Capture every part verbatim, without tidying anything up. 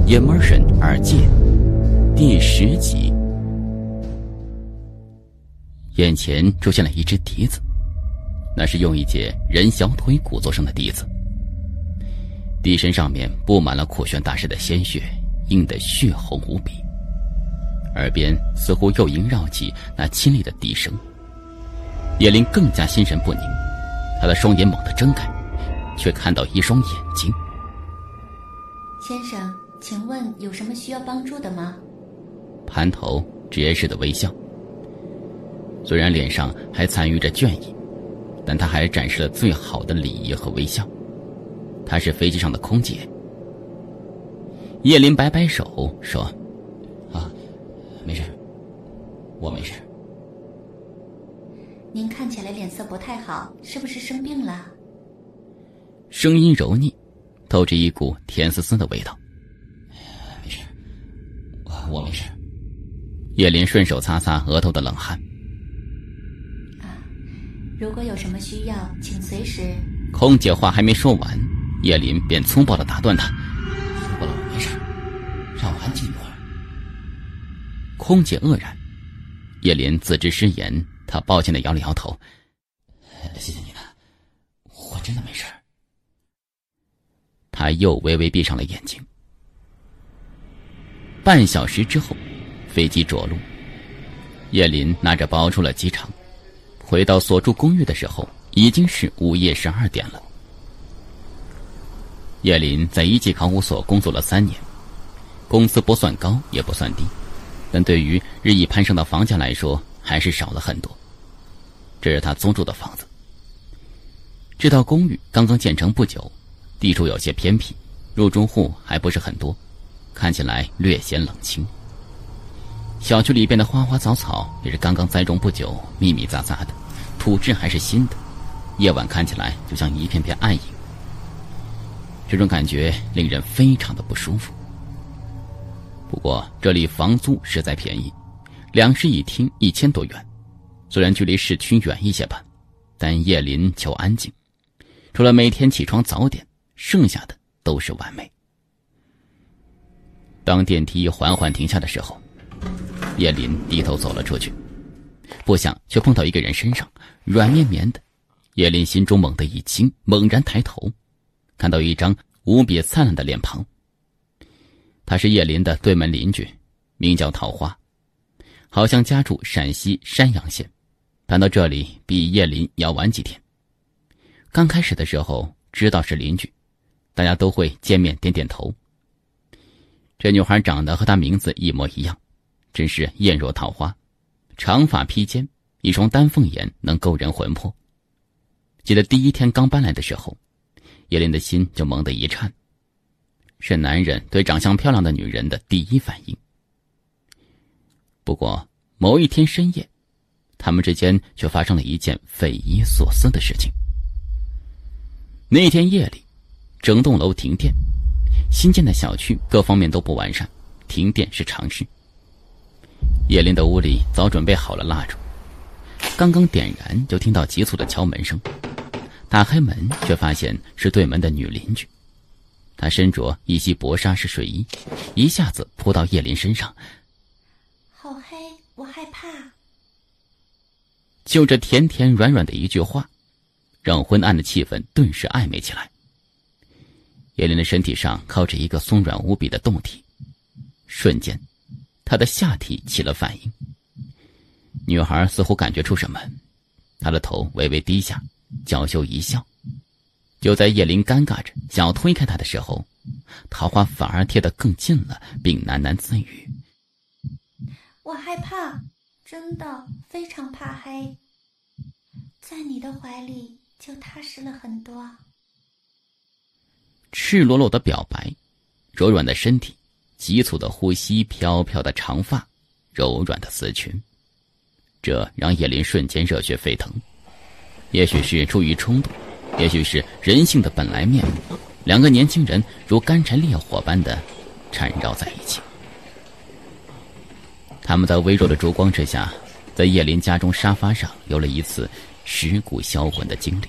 Immersion 二界第十集。眼前出现了一只笛子，那是用一节人小腿骨做成的笛子，笛身上面布满了苦玄大师的鲜血，映得血红无比，耳边似乎又萦绕起那清丽的笛声。叶林更加心神不宁，他的双眼猛地睁开，却看到一双眼睛。 先生，请问有什么需要帮助的吗？ 盘头职业式的微笑，虽然脸上还残余着倦意，但他还展示了最好的礼仪和微笑。她是飞机上的空姐。叶林摆摆手说：啊，没事，我没事。 您看起来脸色不太好，是不是生病了？ 声音柔腻，透着一股甜丝丝的味道。没事，我我没事。叶林顺手擦擦额头的冷汗。 啊，如果有什么需要，请随时。 空姐话还没说完，叶林便粗暴地打断他：说过了，我没事，让我安静一会儿。空姐愕然，叶林自知失言，他抱歉地摇了摇头：谢谢你了，我真的没事。他又微微闭上了眼睛。半小时之后，飞机着陆，叶林拿着包出了机场。回到所住公寓的时候，已经是午夜十二点了。叶林在一级考古所工作了三年，工资不算高也不算低，但对于日益攀升的房价来说还是少了很多。这是他租住的房子。这套公寓刚刚建成不久，地处有些偏僻，入住户还不是很多，看起来略显冷清。小区里边的花花草草也是刚刚栽种不久，密密匝匝的，土质还是新的，夜晚看起来就像一片片暗影。这种感觉令人非常的不舒服。不过这里房租实在便宜，两室一厅一千多元，虽然距离市区远一些吧，但叶林求安静，除了每天起床早点，剩下的都是完美。当电梯缓缓停下的时候，叶林低头走了出去，不想却碰到一个人身上，软绵绵的。叶林心中猛地一惊，猛然抬头，看到一张无比灿烂的脸庞。他是叶林的对门邻居，名叫桃花，好像家住陕西山阳县，搬到这里比叶林要晚几天。刚开始的时候知道是邻居，大家都会见面点点头。这女孩长得和她名字一模一样，真是艳若桃花，长发披肩，一双丹凤眼能勾人魂魄。记得第一天刚搬来的时候，叶林的心就猛地一颤，是男人对长相漂亮的女人的第一反应。不过某一天深夜，他们之间却发生了一件匪夷所思的事情。那天夜里，整栋楼停电，新建的小区各方面都不完善，停电是常事。叶林的屋里早准备好了蜡烛，刚刚点燃就听到急促的敲门声。打开门却发现是对门的女邻居，她身着一袭薄纱式睡衣，一下子扑到叶林身上。 好黑，我害怕。 就这甜甜软软的一句话，让昏暗的气氛顿时暧昧起来。叶林的身体上靠着一个松软无比的胴体，瞬间他的下体起了反应。女孩似乎感觉出什么，她的头微微低下，娇羞一笑。就在叶林尴尬着想要推开她的时候，桃花反而贴得更近了，并喃喃自语： 我害怕，真的非常怕黑，在你的怀里就踏实了很多。 赤裸裸的表白，柔软的身体，急促的呼吸，飘飘的长发，柔软的丝裙，这让叶林瞬间热血沸腾。也许是出于冲动，也许是人性的本来面目，两个年轻人如干柴烈火般的缠绕在一起。他们在微弱的烛光之下，在叶林家中沙发上有了一次蚀骨销魂的经历。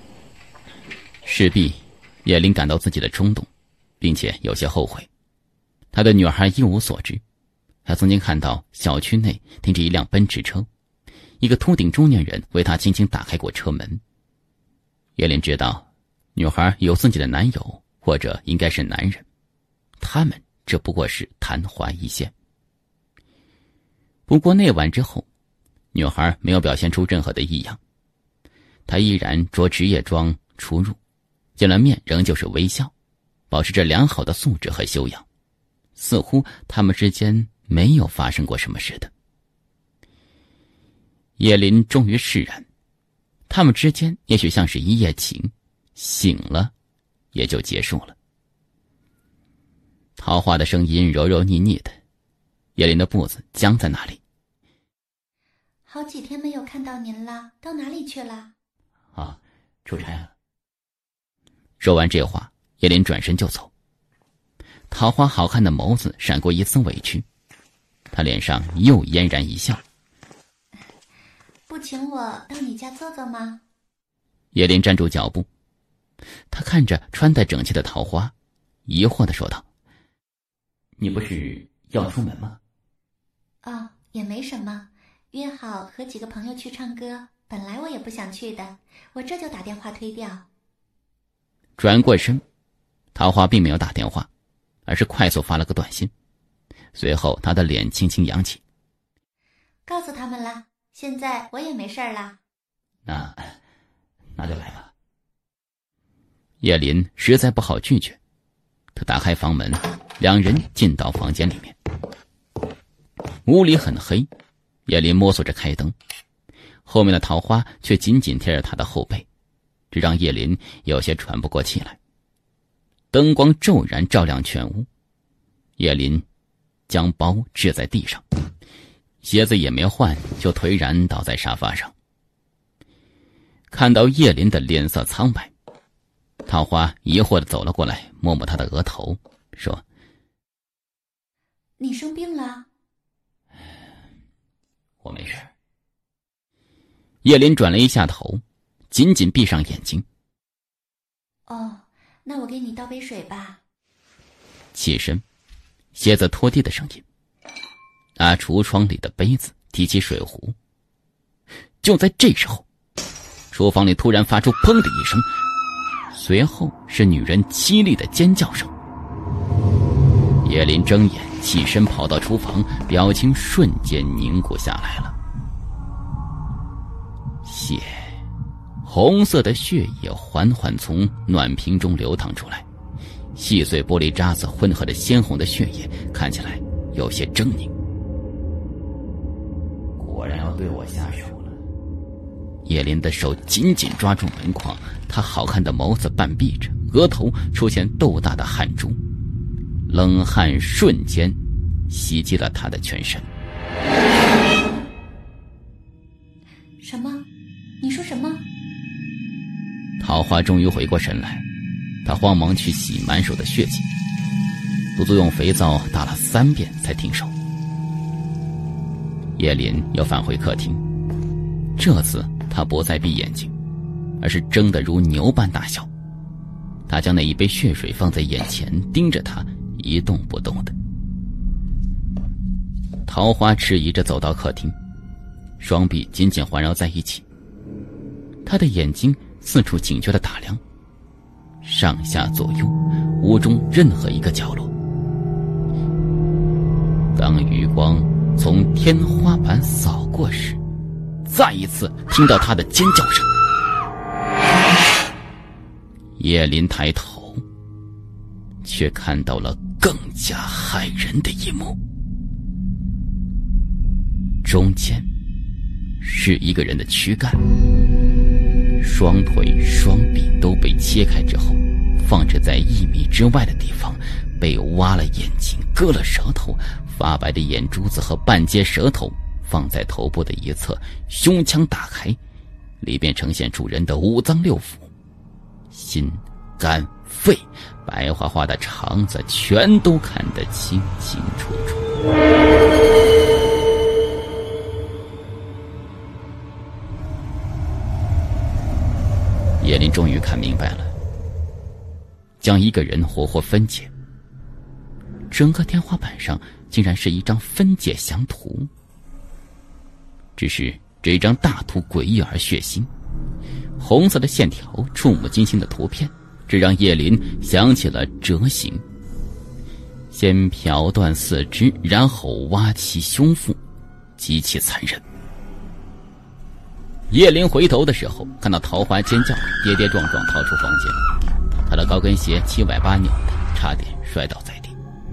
势必叶林感到自己的冲动，并且有些后悔。 他对女孩一无所知。他曾经看到小区内停着一辆奔驰车，一个秃顶中年人为他轻轻打开过车门。叶琳知道女孩有自己的男友，或者应该是男人，他们这不过是昙花一现。不过那晚之后，女孩没有表现出任何的异样，她依然着职业装出入，见了面仍旧是微笑，保持着良好的素质和修养，似乎他们之间没有发生过什么似的。叶琳终于释然，他们之间也许像是一夜情，醒了也就结束了。桃花的声音柔柔腻腻的，叶琳的步子僵在那里。 好几天没有看到您了，到哪里去了？ 啊，出差了。说完这话，叶琳转身就走。桃花好看的眸子闪过一丝委屈，她脸上又嫣然一笑。 不请我到你家坐坐吗？ 叶琳站住脚步，她看着穿戴整齐的桃花，疑惑地说道：你不是要出门吗？ 哦，也没什么，约好和几个朋友去唱歌，本来我也不想去的，我这就打电话推掉。 转过身，桃花并没有打电话，而是快速发了个短信，随后她的脸轻轻扬起。 告诉他们了，现在我也没事了。 那那就来吧。叶琳实在不好拒绝，她打开房门，两人进到房间里面。屋里很黑，叶琳摸索着开灯，后面的桃花却紧紧贴着她的后背，这让叶琳有些喘不过气来。灯光骤然照亮全屋，叶琳将包置在地上，鞋子也没换，就颓然倒在沙发上。看到叶琳的脸色苍白，桃花疑惑地走了过来，摸摸她的额头，说： 你生病了？ 我没事。叶琳转了一下头，紧紧闭上眼睛。 哦，那我给你倒杯水吧。 起身，鞋子拖地的声音，拿橱窗里的杯子，提起水壶。就在这时候，厨房里突然发出砰的一声，随后是女人凄厉的尖叫声。叶琳睁眼起身跑到厨房，表情瞬间凝固下来了。血，红色的血液缓缓从暖瓶中流淌出来，细碎玻璃渣子混合着鲜红的血液，看起来有些狰狞。果然要对我下手了。叶琳的手紧紧抓住门框，她好看的眸子半闭着，额头出现豆大的汗珠，冷汗瞬间袭击了她的全身。 什么？你说什么？ 桃花终于回过神来，她慌忙去洗满手的血迹，足足用肥皂打了三遍才停手。叶琳又返回客厅，这次她不再闭眼睛，而是睁得如牛般大笑。她将那一杯血水放在眼前，盯着她一动不动的。桃花迟疑着走到客厅，双臂紧紧环绕在一起，她的眼睛四处警觉地打量，上下左右，屋中任何一个角落。当余光从天花板扫过时，再一次听到她的尖叫声。叶琳抬头，却看到了更加骇人的一幕。中间是一个人的躯干，双腿双臂都被切开之后，放置在一米之外的地方，被挖了眼睛，割了舌头，发白的眼珠子和半截舌头放在头部的一侧，胸腔打开，里边呈现出人的五脏六腑，心肝肺白花花的肠子全都看得清清楚楚。叶琳终于看明白了，将一个人活活分解， 整个天花板上竟然是一张分解详图。只是这张大图诡异而血腥，红色的线条，触目惊心的图片，这让叶林想起了折刑。先漂断四肢，然后挖其胸腹，极其残忍。叶林回头的时候，看到桃花尖叫，跌跌撞撞逃出房间，他的高跟鞋七歪八扭的，差点摔倒在地。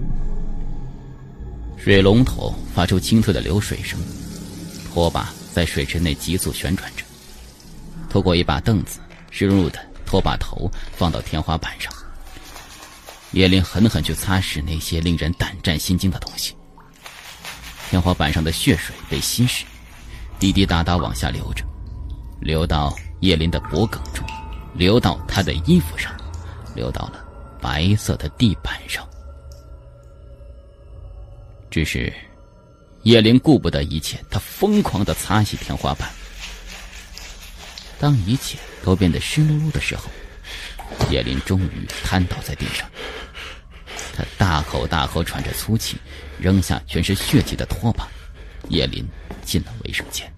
水龙头发出清脆的流水声，拖把在水池内急速旋转着。拖过一把凳子，湿漉漉的拖把头放到天花板上。叶林狠狠去擦拭那些令人胆战心惊的东西。天花板上的血水被稀释，滴滴答答往下流着，流到叶林的脖颈中，流到他的衣服上，流到了白色的地板上。只是叶林顾不得一切，他疯狂地擦洗天花板。当一切都变得湿漉漉的时候，叶林终于瘫倒在地上。他大口大口喘着粗气，扔下全是血迹的拖把。叶林进了卫生间。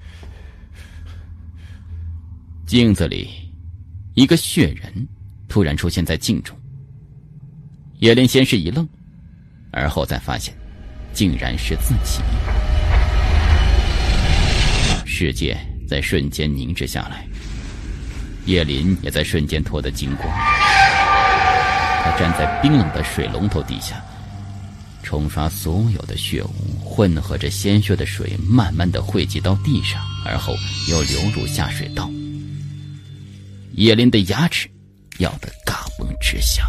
镜子里，一个血人突然出现在镜中。叶林先是一愣，而后再发现竟然是自己。世界在瞬间凝滞下来，叶林也在瞬间脱得精光。他站在冰冷的水龙头底下，冲刷所有的血污，混合着鲜血的水慢慢地汇集到地上，而后又流入下水道。叶林的牙齿咬得嘎嘣直响。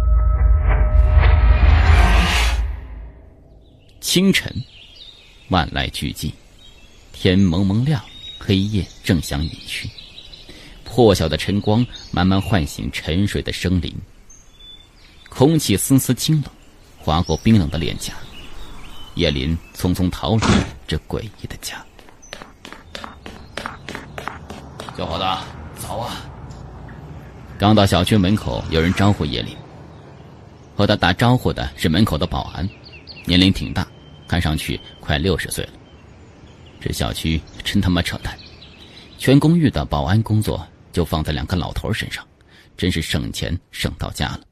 清晨，万籁俱寂，天蒙蒙亮，黑夜正想隐去。破晓的晨光慢慢唤醒沉睡的生灵。空气丝丝清冷，划过冰冷的脸颊。叶林匆匆逃离这诡异的家。小伙子，早啊！刚到小区门口，有人招呼叶林。和他打招呼的是门口的保安，年龄挺大，看上去快六十岁了。这小区真他妈扯淡，全公寓的保安工作就放在两个老头身上，真是省钱省到家了。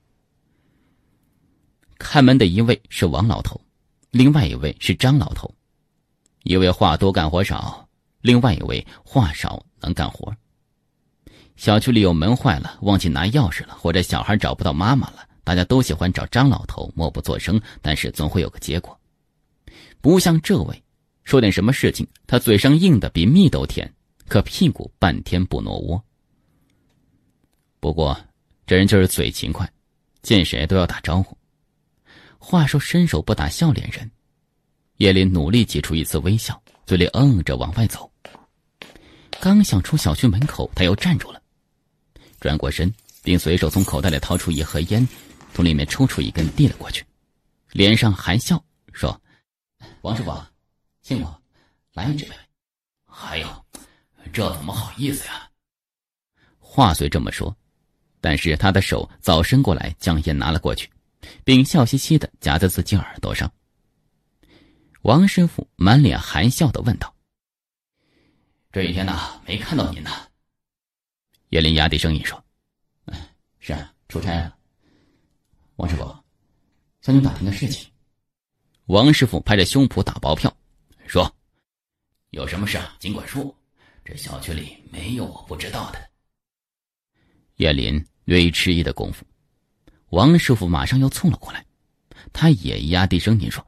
看门的一位是王老头，另外一位是张老头。一位话多干活少，另外一位话少能干活。小区里有门坏了，忘记拿钥匙了，或者小孩找不到妈妈了，大家都喜欢找张老头默不作声，但是总会有个结果。不像这位，说点什么事情，他嘴上硬的比蜜都甜，可屁股半天不挪窝。不过这人就是嘴勤快，见谁都要打招呼。话说伸手不打笑脸人，叶林努力挤出一丝微笑，嘴里嗯着往外走。刚想出小区门口，他又站住了，转过身，并随手从口袋里掏出一盒烟，从里面抽出一根递了过去，脸上含笑说：“王师傅，请我来一支呗。”“哎呦，这怎么好意思呀？”话虽这么说，但是他的手早伸过来将烟拿了过去，并笑嘻嘻地夹在自己耳朵上。王师傅满脸含笑地问道：“这一天呐，没看到您呐。”叶林压低声音说：“是啊，出差了。王师傅，向您打听个事情。”王师傅拍着胸脯打包票说：“有什么事啊，尽管说，这小区里没有我不知道的。”叶林略一迟疑的功夫，王师傅马上又凑了过来，他也压低声音说：“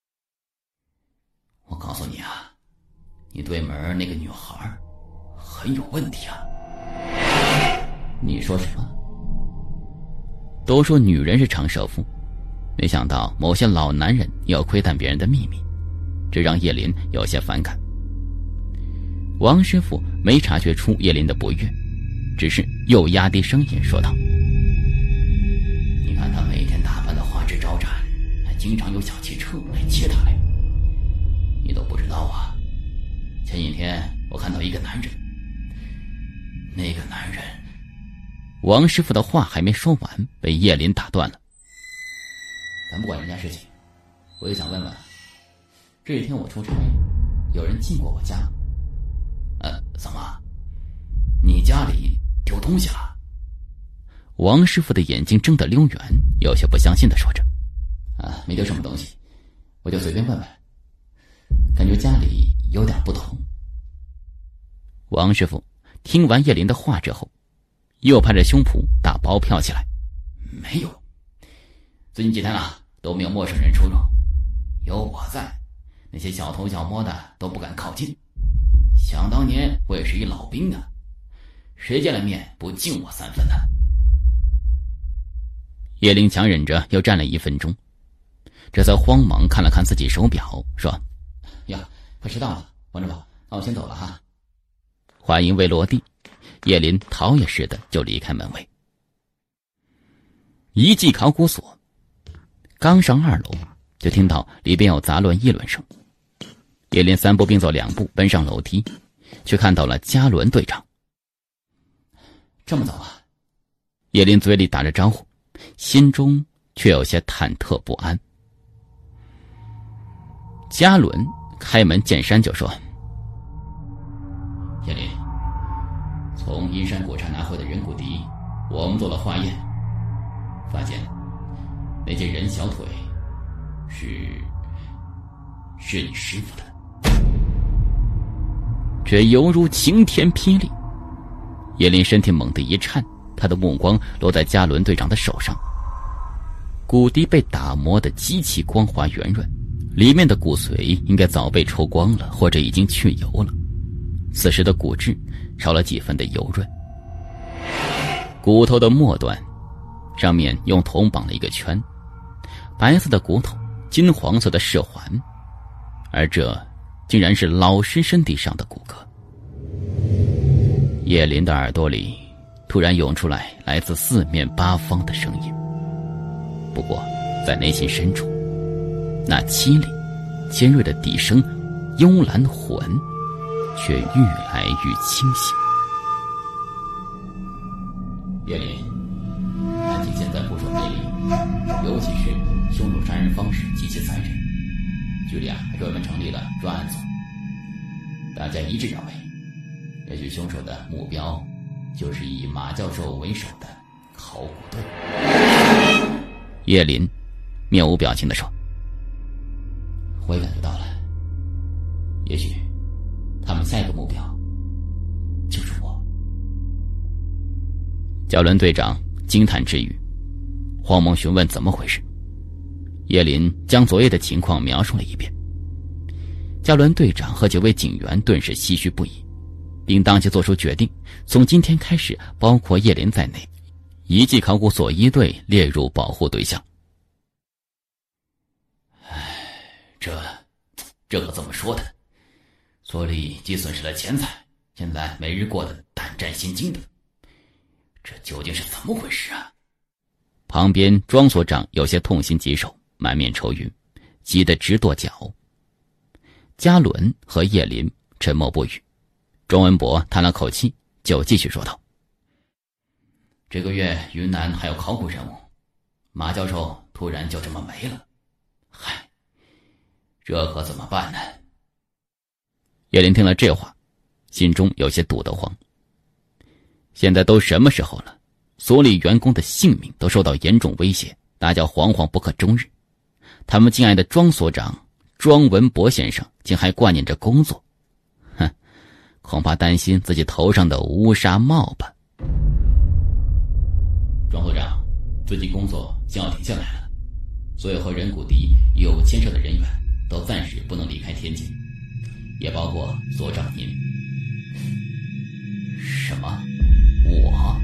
我告诉你啊，你对门那个女孩很有问题啊。”“你说什么？”“都说女人是长舌妇，没想到某些老男人要窥探别人的秘密，这让叶林有些反感。”王师傅没察觉出叶林的不悦，只是又压低声音说道：“你看他每天打扮的花枝招展，还经常有小汽车来接他来。你都不知道啊，前几天我看到一个男人，那个男人……”王师傅的话还没说完，被叶林打断了。“咱不管人家事情， 我就想问问，这一天我出差，有人进过我家？呃，怎么，你家里丢东西了？王师傅的眼睛睁得溜圆，有些不相信地说着：“啊，没丢什么东西，我就随便问问，感觉家里有点不同。”王师傅听完叶林的话之后，又拍着胸脯打包票起来：“没有，最近几天啊都没有陌生人出入，有我在，那些小偷小摸的都不敢靠近。想当年我也是一老兵啊，谁见了面不敬我三分呢？”叶林强忍着又站了一分钟，这才慌忙看了看自己手表，说：“呀，快迟到了，王师傅，那我先走了哈。”话音未落地，叶林逃也似的就离开门卫。遗迹考古所刚上二楼，就听到里边有杂乱议论声。叶林三步并走两步奔上楼梯，却看到了加伦队长。这么早啊？叶林嘴里打着招呼，心中却有些忐忑不安。加伦开门见山就说：“叶林，从阴山古刹拿回的人骨笛，我们做了化验，发现那截人小腿是是你师傅的。”这犹如晴天霹雳，叶林身体猛地一颤，他的目光落在加伦队长的手上。骨笛被打磨得极其光滑圆润，里面的骨髓应该早被抽光了，或者已经去油了。此时的骨质少了几分的油润，骨头的末端上面用铜绑了一个圈，白色的骨头，金黄色的饰环，而这竟然是老师身体上的骨骼。叶林的耳朵里突然涌出来来自四面八方的声音，不过在内心深处，那凄厉尖锐的笛声幽兰魂却愈来愈清晰。叶林，案情现在扑朔迷离，尤其是凶手杀人方式极其残忍，局里啊还专门成立了专案组，大家一致认为，也许凶手的目标就是以马教授为首的考古队。叶林面无表情地说：“我也感觉到了，也许他们下一个目标就是我。”教伦队长惊叹之余，慌忙询问怎么回事。叶林将昨夜的情况描述了一遍。教伦队长和几位警员顿时唏嘘不已，并当即做出决定，从今天开始，包括叶林在内，遗迹考古所一队列入保护对象。唉，这这可怎么说的？所里既损失了钱财，现在每日过得胆战心惊的，这究竟是怎么回事啊？旁边庄所长有些痛心疾首，满面愁云，急得直跺脚。加伦和叶林沉默不语，庄文博叹了口气，就继续说道：“这个月云南还有考古任务，马教授突然就这么没了，嗨，这可怎么办呢？”叶林听了这话，心中有些堵得慌。现在都什么时候了，所里员工的性命都受到严重威胁，大家惶惶不可终日。他们敬爱的庄所长庄文博先生竟还挂念着工作，哼，恐怕担心自己头上的乌纱帽吧。庄所长，最近工作将要停下来了，所有和人骨笛有牵涉的人员都暂时不能离开天津，也包括所长您。什么？我？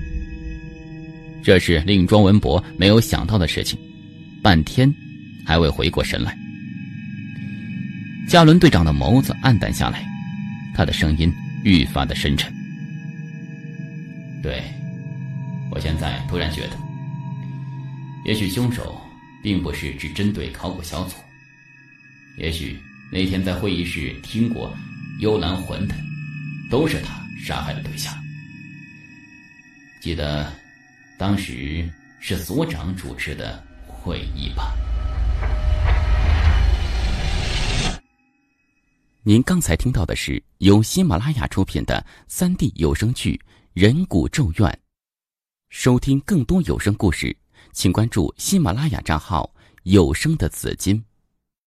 这是令庄文博没有想到的事情，半天还未回过神来。加伦队长的眸子暗淡下来，他的声音愈发的深沉。对，我现在突然觉得，也许凶手并不是只针对考古小组，也许那天在会议室听过幽兰魂的都是他杀害的对象。记得当时是所长主持的会议吧。 您刚才听到的是由喜马拉雅出品的 三 D 有声剧《人骨咒怨》。收听更多有声故事，请关注喜马拉雅账号有声的紫金。